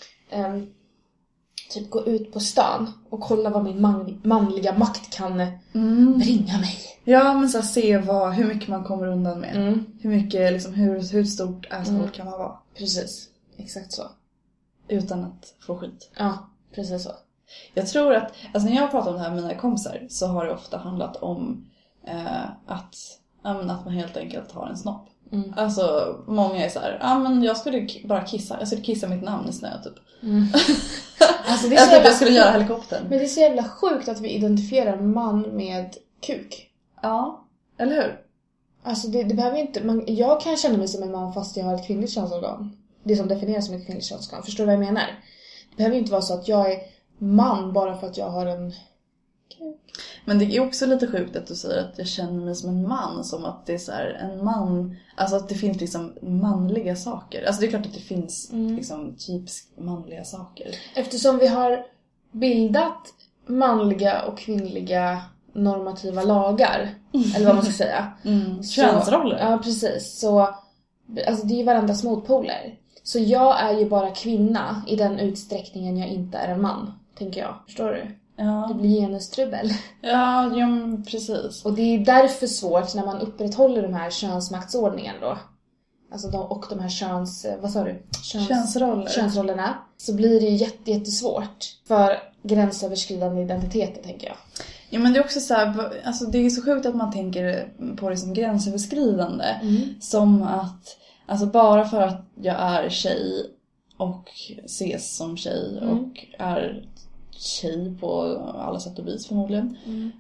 typ gå ut på stan och kolla vad min manliga makt kan bringa mig. Ja, men så se hur mycket man kommer undan med. Hur mycket, liksom, hur stort asshole kan man vara. Precis, exakt så. Utan att få skit. Ja, Precis så. Jag tror att, alltså när jag pratar om det här med mina kompisar så har det ofta handlat om att man helt enkelt har en snopp. Alltså många är så här, men jag skulle bara kissa. Jag skulle kissa mitt namn i snö typ. Alltså, det är så jag skulle göra helikoptern. Men det är så jävla sjukt att vi identifierar man med kuk. Ja, eller hur? Alltså det behöver inte, jag kan känna mig som en man fast jag har ett kvinnligt könsorgan. Det som definieras som ett kvinnligt könsorgan. Förstår du vad jag menar? Det behöver inte vara så att jag är man bara för att jag har en kuk. Men det är också lite sjukt att du säger att jag känner mig som en man. Som att det är så här, en man. Alltså att det finns liksom manliga saker. Alltså det är klart att det finns liksom typiskt manliga saker. Eftersom vi har bildat manliga och kvinnliga normativa lagar. Eller vad man ska säga. Könsroller. Ja, precis. Så alltså det är ju varandras motpoler. Så jag är ju bara kvinna i den utsträckningen jag inte är en man, tänker jag. Förstår du? Ja. Det blir genustrubbel. Ja, precis. Och det är därför svårt när man upprätthåller de här könsmaktsordningen då. Alltså de här vad sa du? Könsrollerna. Så blir det ju jättesvårt för gränsöverskridande identiteter, tänker jag. Ja, men det är också så här, alltså det är så sjukt att man tänker på det som gränsöverskridande. Som att, alltså bara för att jag är tjej och ses som tjej och är tjej på alla sätt och vis förmodligen.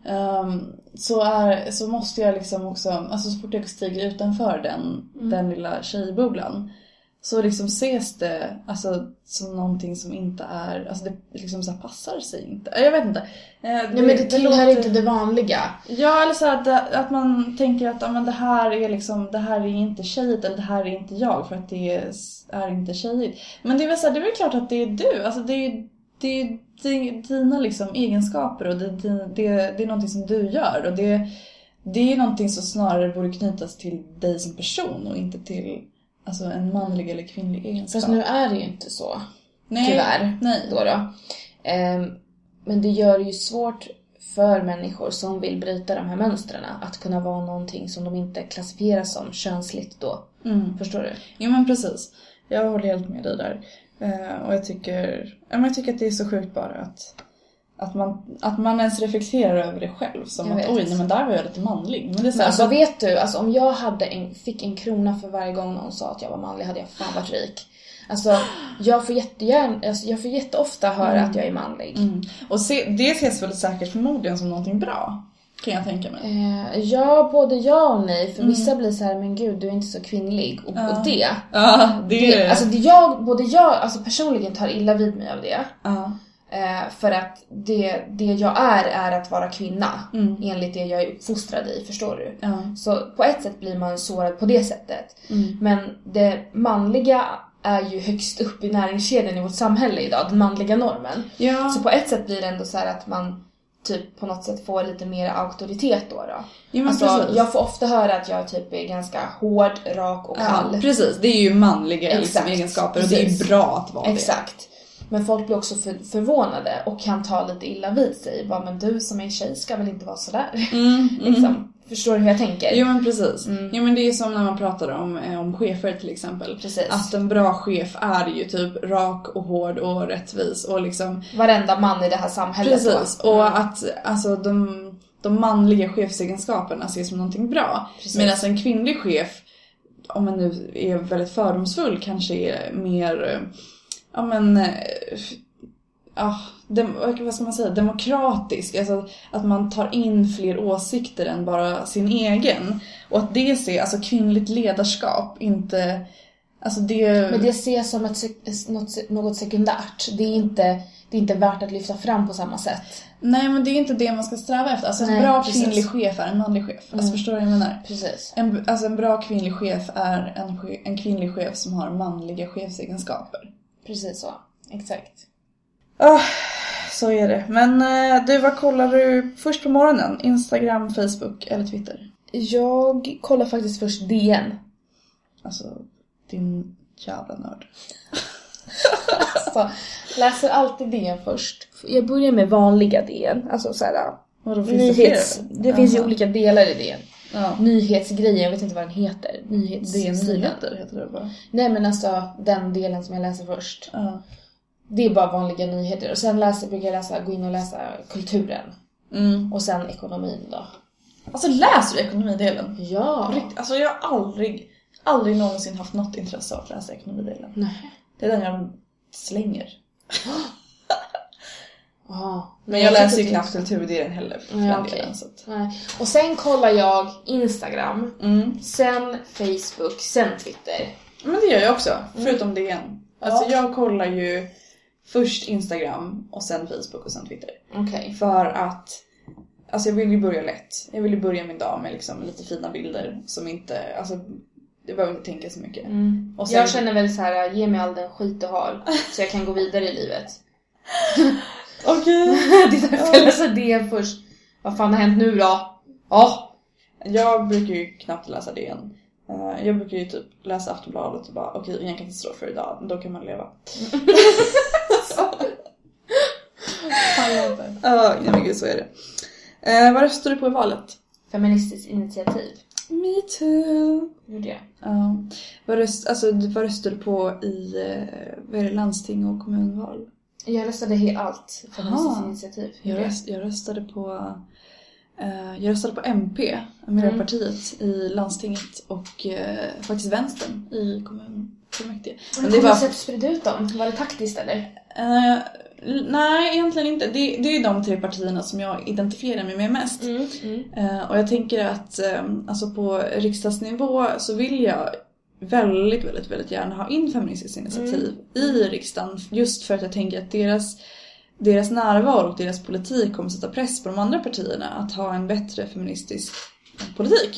Så måste jag liksom också, alltså så fort jag stiger utanför den lilla tjejbubblan, så liksom ses det alltså som någonting som inte är, alltså det liksom så här passar sig inte. Jag vet inte. Nej, men det tillhör inte det vanliga. Ja, eller så att man tänker att men det här är inte tjejigt, eller det här är inte jag för att det är inte tjejigt. Men det är väl så här, det är väl klart att det är du. Alltså det är dina liksom egenskaper och det är någonting som du gör, och det är någonting som snarare borde knytas till dig som person och inte till alltså en manlig eller kvinnlig egenskap. Fast nu är det ju inte så. Nej, tyvärr. Nej. Då. Men det gör det ju svårt för människor som vill bryta de här mönstren att kunna vara någonting som de inte klassifierar som könsligt då. Förstår du? Jo, men precis. Jag håller helt med dig där. Och jag tycker att det är så sjukt bara att man ens reflekterar över det själv. Som att nej, men där var jag lite manlig. Men det är så här, alltså vet du, alltså, om jag fick en krona för varje gång någon sa att jag var manlig, hade jag fan varit rik. Alltså jag får jätteofta höra att jag är manlig. Och det ses väl säkert förmodligen som någonting bra, kan jag tänka mig. Ja, både ja och nej. För vissa blir så här, men gud, du är inte så kvinnlig. Och det. Alltså alltså personligen tar illa vid mig av det. För att det jag är att vara kvinna. Enligt det jag är uppfostrad i, förstår du? Så på ett sätt blir man sårad på det sättet. Men det manliga är ju högst upp i näringskedjan i vårt samhälle idag. Den manliga normen. Så på ett sätt blir det ändå så här att man typ på något sätt får lite mer auktoritet då. Ja, alltså, jag får ofta höra att jag typ är ganska hård, rak och kall. Ja, precis, det är ju manliga liksom, egenskaper. Och det är ju bra att vara Exakt. Men folk blir också förvånade och kan ta lite illa vid sig. Bara, men du som är tjej ska väl inte vara sådär. Liksom. Förstår du hur jag tänker? Jo, men precis. Jo, men det är som när man pratar om chefer till exempel. Precis. Att en bra chef är ju typ rak och hård och rättvis. Och liksom varenda man i det här samhället. Precis. Och att alltså, de manliga chefsegenskaperna ses som någonting bra. Medan en kvinnlig chef, om man nu är väldigt fördomsfull, kanske är mer vad ska man säga, demokratisk, alltså att man tar in fler åsikter än bara sin egen, och att det ser, alltså kvinnligt ledarskap inte, alltså det, men det ses som något sekundärt. Det är inte värt att lyfta fram på samma sätt. Nej, men det är inte det man ska sträva efter. Alltså en bra kvinnlig chef är en manlig chef. Alltså förstår du vad jag menar? Precis. En bra kvinnlig chef är en kvinnlig chef som har manliga chefsegenskaper. Precis så, exakt. Så är det. Men du, vad kollar du först på morgonen? Instagram, Facebook eller Twitter? Jag kollar faktiskt först DN. Alltså, din jävla nörd. Alltså, läser alltid DN först. Jag börjar med vanliga DN. Alltså såhär, det finns ju olika delar i DN. Nyhetsgrejen, jag vet inte vad den heter. Nyheter heter det bara. Nej, men alltså den delen som jag läser först. Det är bara vanliga nyheter. Och sen brukar jag gå in och läsa kulturen. Och sen ekonomin då. Alltså läser du ekonomidelen? Ja. Alltså jag har aldrig någonsin haft något intresse av att läsa ekonomidelen. Nej. Det är den jag slänger. Men jag läser ju knappt kulturdelen heller. Delen, så att... Nej. Och sen kollar jag Instagram. Sen Facebook. Sen Twitter. Men det gör jag också. Förutom DN. Alltså jag kollar ju först Instagram och sen Facebook och sen Twitter. Okej. För att alltså jag vill ju börja lätt. Jag vill ju börja min dag med liksom lite fina bilder som inte, alltså jag behöver inte tänka så mycket. Och sen... Jag känner väl så här: ge mig all den skit du har så jag kan gå vidare i livet. Okej. Det är därför jag läser det först. Vad fan har hänt nu då? Jag brukar ju knappt läsa det igen. Jag brukar ju typ läsa Aftonbladet och bara okej, ingen katastrof för idag. Då kan man leva. Ja, men gud, så är det. Vad röstar du på i valet? Feministiskt initiativ. Me too. Gjorde jag. Ja. Vad röstar du på i landsting och kommunval? Jag röstade allt. Feministiskt initiativ. Jag röstade på MP, Miljöpartiet, i landstinget och faktiskt vänstern i kommunfullmäktige. Men det var sätt spridda ut dem. Var det taktiskt eller? Nej, egentligen inte. Det är de 3 partierna som jag identifierar mig med mest. Och jag tänker att alltså på riksdagsnivå så vill jag väldigt, väldigt, väldigt gärna ha in feministiskt initiativ i riksdagen. Just för att jag tänker att deras närvaro och deras politik kommer sätta press på de andra partierna att ha en bättre feministisk politik.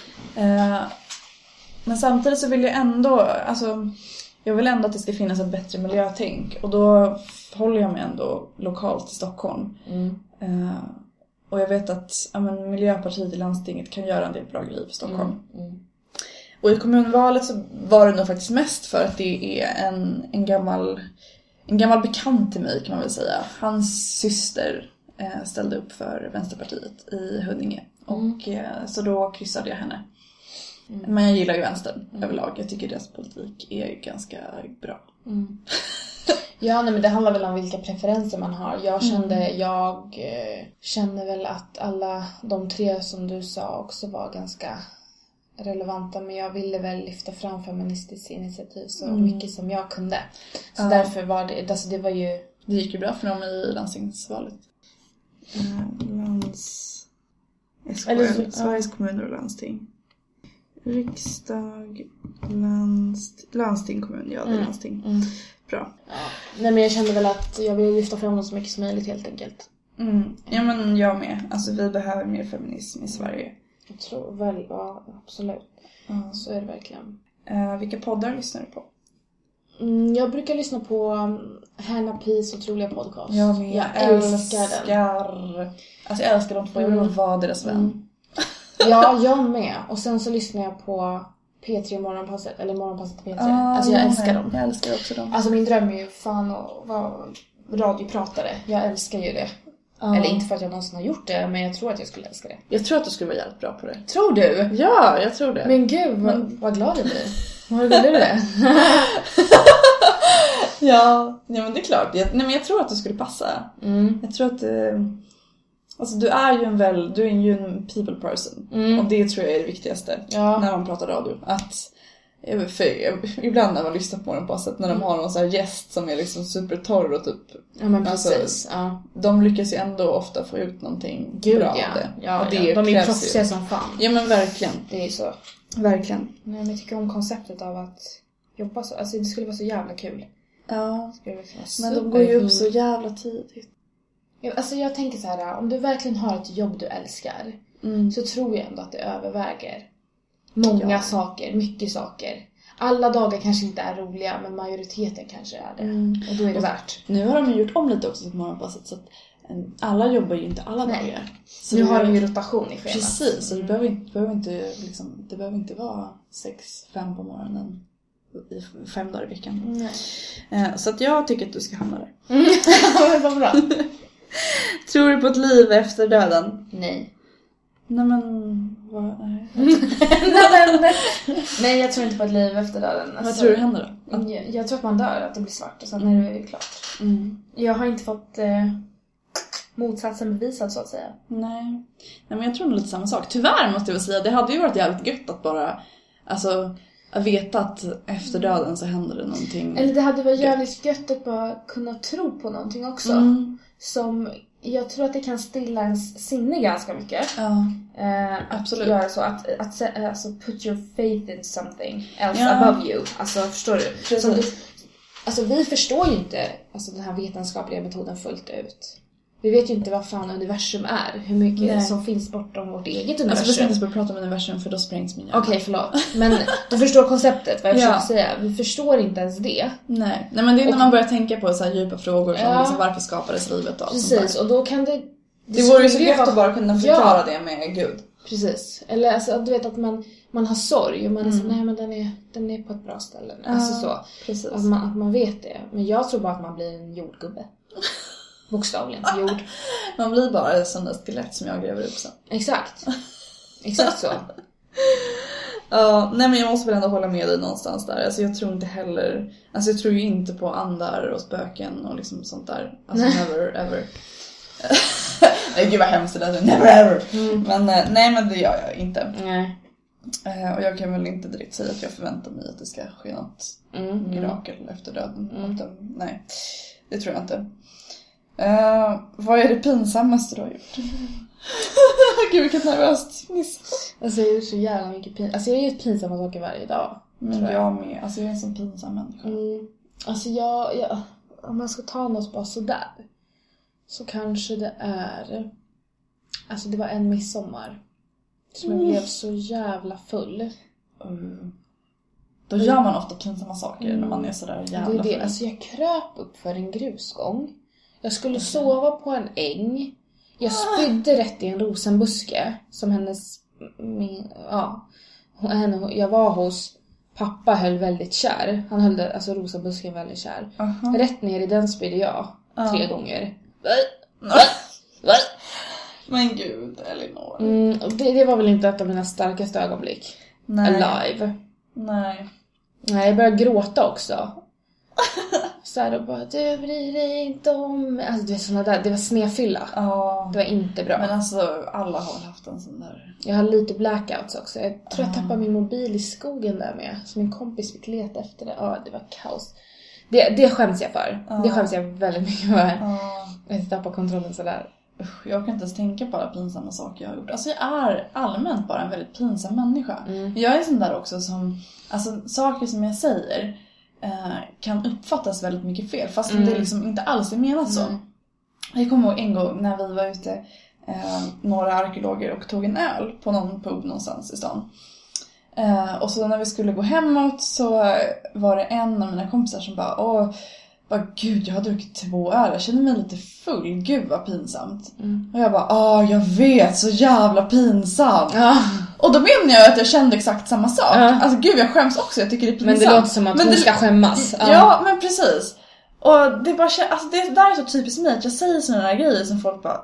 Men samtidigt så vill jag ändå, alltså jag vill ändå att det ska finnas ett bättre miljötänk. Och då håller jag mig ändå lokalt i Stockholm. Och jag vet att Miljöpartiet i landstinget kan göra en del bra grejer för Stockholm. Och i kommunvalet så var det nog faktiskt mest för att det är en gammal bekant till mig, kan man väl säga. Hans syster ställde upp för Vänsterpartiet i Huddinge. Och så då kryssade jag henne. Men jag gillar ju vänstern överlag. Jag tycker deras politik är ganska bra. Ja, nej, men det handlar väl om vilka preferenser man har. Jag känner väl att alla de 3 som du sa också var ganska relevanta. Men jag ville väl lyfta fram feministiskt initiativ så mycket som jag kunde. Så därför var det, alltså det var ju... Det gick ju bra för dem i landstingsvalet. Sveriges kommuner och landsting. Riksdag, landsting, kommun, ja det är landsting. Bra. Ja. Nej, men jag kände väl att jag vill lyfta fram dem så mycket som möjligt helt enkelt. Ja, men jag med. Alltså vi behöver mer feminism i Sverige. Jag tror väl, ja absolut. Så är det verkligen. Vilka poddar lyssnar du på? Jag brukar lyssna på Hanna Pis otroliga podcast. Jag älskar den. Alltså jag älskar de 2. Jag vill vara deras vän. Ja, jag med. Och sen så lyssnar jag på P3 Morgonpasset. Eller Morgonpasset P3. Alltså jag älskar dem. Jag älskar också dem. Alltså min dröm är ju fan att vara radiopratare. Jag älskar ju det. Eller inte för att jag någonsin har gjort det, men jag tror att jag skulle älska det. Jag tror att du skulle vara jävligt bra på det. Tror du? Ja, jag tror det. Men gud, vad glad jag blir. Vad vill du det? Ja, men det är klart. Men jag tror att du skulle passa. Jag tror att alltså du är ju en people person. Och det tror jag är det viktigaste när man pratar radio. Att ibland när man lyssnar på dem på sätt när de har någon så här gäst som är liksom supertorr och typ. Ja, men precis. Alltså, de lyckas ju ändå ofta få ut någonting bra av det. Ja, och det de är proffsiga som fan. Ja, men verkligen. Det är så. Verkligen. Nej, men jag tycker om konceptet av att jobba så. Alltså det skulle vara så jävla kul. Ja. Men de går ju upp så jävla tidigt. Ja, alltså jag tänker så här, om du verkligen har ett jobb du älskar så tror jag ändå att det överväger många saker, mycket saker. Alla dagar kanske inte är roliga, men majoriteten kanske är det. Och då är det värt. Nu har de ju gjort om lite också till morgonpasset så att alla jobbar ju inte alla dagar. Så nu har de ju rotation i schemat. Precis, så det behöver inte vara 6-5 på morgonen i 5 dagar i veckan. Så att jag tycker att du ska hamna där. Vad bra. Tror du på ett liv efter döden? Nej. Nej, men Nej, jag tror inte på ett liv efter döden. Vad tror du händer då? Jag tror att man dör, att det blir svart och sen är det klart. Jag har inte fått motsatsen bevisad så att säga. Nej, men jag tror nog lite samma sak. Tyvärr måste jag väl säga, det hade ju varit jävligt gött att bara, alltså, att veta att efter döden så händer det någonting. Eller det hade varit jävligt gött att bara kunna tro på någonting också. Som, jag tror att det kan stilla ens sinne ganska mycket. Absolut. Göra så att alltså, put your faith in something else above you. Alltså, förstår du? Som alltså, vi förstår ju inte alltså, den här vetenskapliga metoden fullt ut. Vi vet ju inte vad fan universum är. Hur mycket som finns bortom vårt eget universum. Alltså vi ska inte börja prata om universum för då sprängs min hjärna. Okej, förlåt. Men du förstår konceptet, vad jag försöker säga. Vi förstår inte ens det. Nej, men det är när man börjar tänka på så här djupa frågor som liksom, varför skapades livet och allt sånt där. Precis, och då kan det vore ju så gött att bara kunna förklara det med Gud. Precis. Eller alltså, du vet att man har sorg och man är så, nej men den är på ett bra ställe. Alltså så. Precis. Att man vet det. Men jag tror bara att man blir en jordgubbe. Bokstavligen, jord. Man blir bara en sån där skelett som jag gräver upp sen. Exakt så. Nej men jag måste väl ändå hålla med dig någonstans där. Alltså jag tror inte heller, alltså jag tror ju inte på andar och spöken och liksom sånt där. Alltså never ever. Nej gud vad hemskt det där, never ever. Men nej men det gör jag inte. Nej. Och jag kan väl inte direkt säga att jag förväntar mig att det ska ske något mirakel efter döden. Nej, det tror jag inte. Vad är det pinsammaste du har gjort? Gud vilket nervöst miss. Alltså jag är så jävla mycket alltså jag gör pinsamma saker varje dag. Men jag med, alltså jag är en sån pinsam människa. Alltså jag om man ska ta något bara sådär så kanske det är, alltså det var en midsommar som jag blev så jävla full. Då gör man ofta pinsamma saker när man är sådär jävla full. Alltså jag kröp upp för en grusgång. Jag skulle sova på en äng. Jag spydde rätt i en rosenbuske som jag var hos pappa höll väldigt kär. Han höll alltså rosenbusken väldigt kär. Rätt ner i den spydde jag 3 gånger. Men gud, Elinor. Det var väl inte ett av mina starkaste ögonblick. Alive. Nej, jag började gråta också. Så här och bara, du bryr dig inte om. Alltså du vet såna där, det var snedfylla. Det var inte bra. Men alltså alla har väl haft en sån där. Jag har lite blackouts också. Jag tror jag tappade min mobil i skogen där med. Så min kompis fick leta efter det. Det var kaos. Det skäms jag för. Det skäms jag väldigt mycket för. Jag tappar kontrollen sådär. Jag kan inte ens tänka på alla pinsamma saker jag har gjort. Alltså jag är allmänt bara en väldigt pinsam människa. Jag är sån där också som, alltså saker som jag säger kan uppfattas väldigt mycket fel. Fast det liksom inte alls är menat så. Jag kommer ihåg en gång när vi var ute, några arkeologer, och tog en öl på någon pub någonstans i stan. Och så när vi skulle gå hemåt så var det en av mina kompisar som bara, gud, jag har druckit 2 öl. Jag känner mig lite full. Gud vad pinsamt. Och jag bara, jag vet, så jävla pinsamt. Och då menar jag att jag kände exakt samma sak. Alltså gud, jag skäms också. Jag tycker det är pinsamt. Men det låter som att hon ska skämmas. Ja, men precis. Och det bara, alltså det där är så typiskt mig att jag säger såna där grejer som folk bara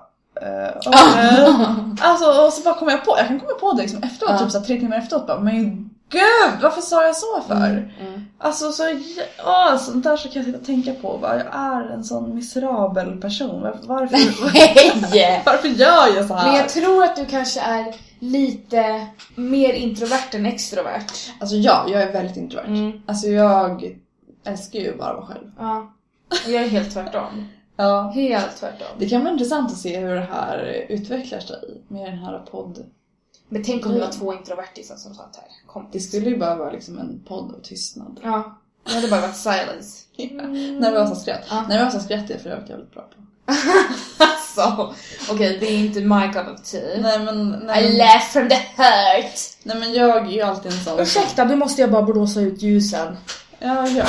alltså, och så bara kommer jag kan komma på det liksom efteråt, typ så 3 timmar efteråt bara, men gud, varför sa jag så för? Alltså sånt där så kan jag sitta och tänka på bara, jag är en sån miserabel person. Varför gör jag så här? Men jag tror att du kanske är lite mer introvert än extrovert. Alltså jag är väldigt introvert. Alltså jag älskar ju bara vara själv. Jag är helt tvärtom. Helt tvärtom. Det kan vara intressant att se hur det här utvecklar sig med den här podd. Men tänk om det var 2 introvertisar som satt här. Det skulle ju bara vara liksom en podd och tystnad. Det hade bara varit silence. Nervösa skratt. Nervösa skratt är för övrigt jävligt bra på. Alltså, okej, det är inte my cup of tea. Nej men I laugh from the heart. Nej men jag är ju alltid en sån. Ursäkta, nu måste jag bara blåsa ut ljusen. Ja, gör.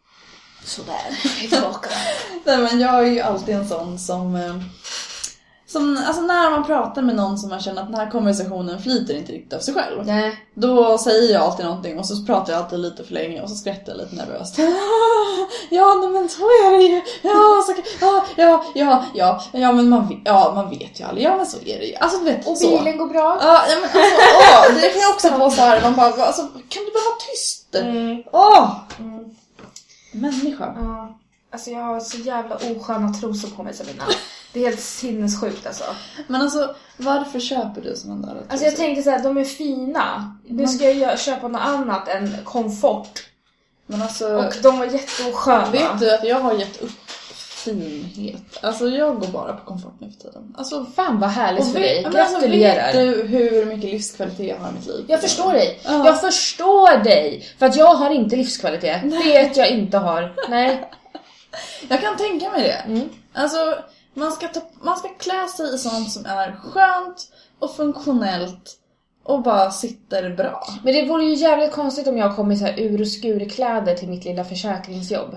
Sådär, tillbaka. Nej men jag är ju alltid en sån som Alltså när man pratar med någon som man känner att den här konversationen flyter inte riktigt av sig själv. Nej. Då säger jag alltid någonting och så pratar jag alltid lite för länge och så skrattar jag lite nervöst. Ja, men så är det ju. Ja, men man vet ju aldrig. Ja, men så är det ju. Alltså du vet, och så. bilen går bra. Ja, men alltså, det kan jag också få så här. Man bara, alltså, kan du bara vara tyst? Människa. Ja. Alltså jag har så jävla osköna trosor på mig, Sabina. Det är helt sinnessjukt alltså. Men alltså, varför köper du sådana där trosor? Alltså jag tänker så här, de är fina. Nu ska jag köpa något annat än komfort. Men alltså, och de var jätteosköna. Vet du att jag har gett upp finhet? Alltså jag går bara på komfort nu för tiden. Alltså, fan vad härligt för dig. Gratulerar. Alltså, vet du hur mycket livskvalitet jag har i mitt liv? Jag förstår dig. Jag förstår dig. För att jag har inte livskvalitet. Det vet jag inte har. Nej. Jag kan tänka mig det. Alltså, man ska klä sig i sånt som är skönt och funktionellt och bara sitter bra. Men det vore ju jävligt konstigt om jag kom i så här ur- och skurkläder till mitt lilla försäkringsjobb.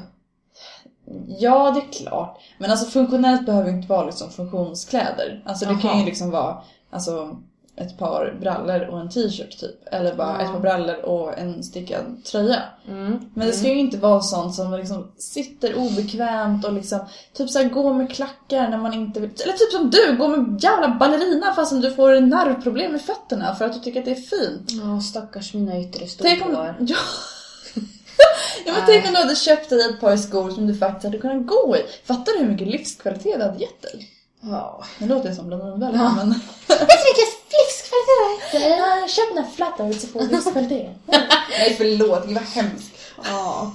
Ja, det är klart. Men alltså funktionellt behöver inte vara liksom funktionskläder. Alltså det kan ju liksom vara alltså ett par brallor och en t-shirt typ. Eller bara ett par brallor och en stickad tröja. Men det ska ju inte vara sånt som liksom sitter obekvämt och liksom typ så här gå med klackar när man inte vill. Eller typ som du, går med jävla ballerina fast du får nervproblem med fötterna för att du tycker att det är fint. Ja, stackars mina yttre stålar. Ja, men tänk om du hade köpt dig ett par skor som du faktiskt hade kunnat gå i. Fattar du hur mycket livskvalitet du hade gett dig? Ja. Det låter som bland annat väl, men... Vet du vilken livskvalitet? Ja, köp den här flattare så får du livskvalitet. Nej, förlåt, det var hemskt. Ja.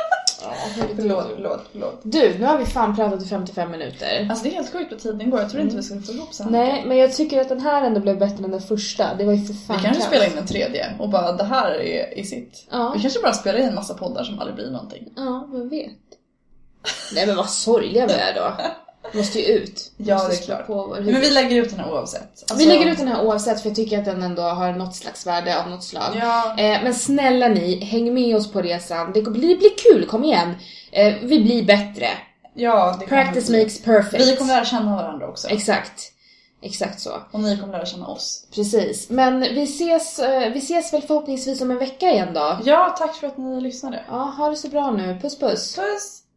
Förlåt. Du, nu har vi fan pratat i 55 minuter. Alltså det är helt sjukt på tiden går. Jag tror inte vi ska få ihop så här. Nej, men jag tycker att den här ändå blev bättre än den första. Det var ju för fan. Vi kanske spelar in den tredje och bara det här är i sitt. Ja. Vi kanske bara spelar in en massa poddar som aldrig blir någonting. Ja, vem vet. Nej, men vad sorgliga vi är då. Måste ju ut. Ja, det är klart. Men vi lägger ut den här oavsett. Alltså... Vi lägger ut den här oavsett för jag tycker att den ändå har något slags värde av något slag. Ja. Men snälla ni, häng med oss på resan. Det blir kul, kom igen. Vi blir bättre. Ja, det Practice makes perfect. Vi kommer lära känna varandra också. Exakt så. Och ni kommer lära känna oss. Precis. Men vi ses väl förhoppningsvis om en vecka igen då. Ja, tack för att ni lyssnade. Ja, ha det så bra nu. Puss puss. Puss.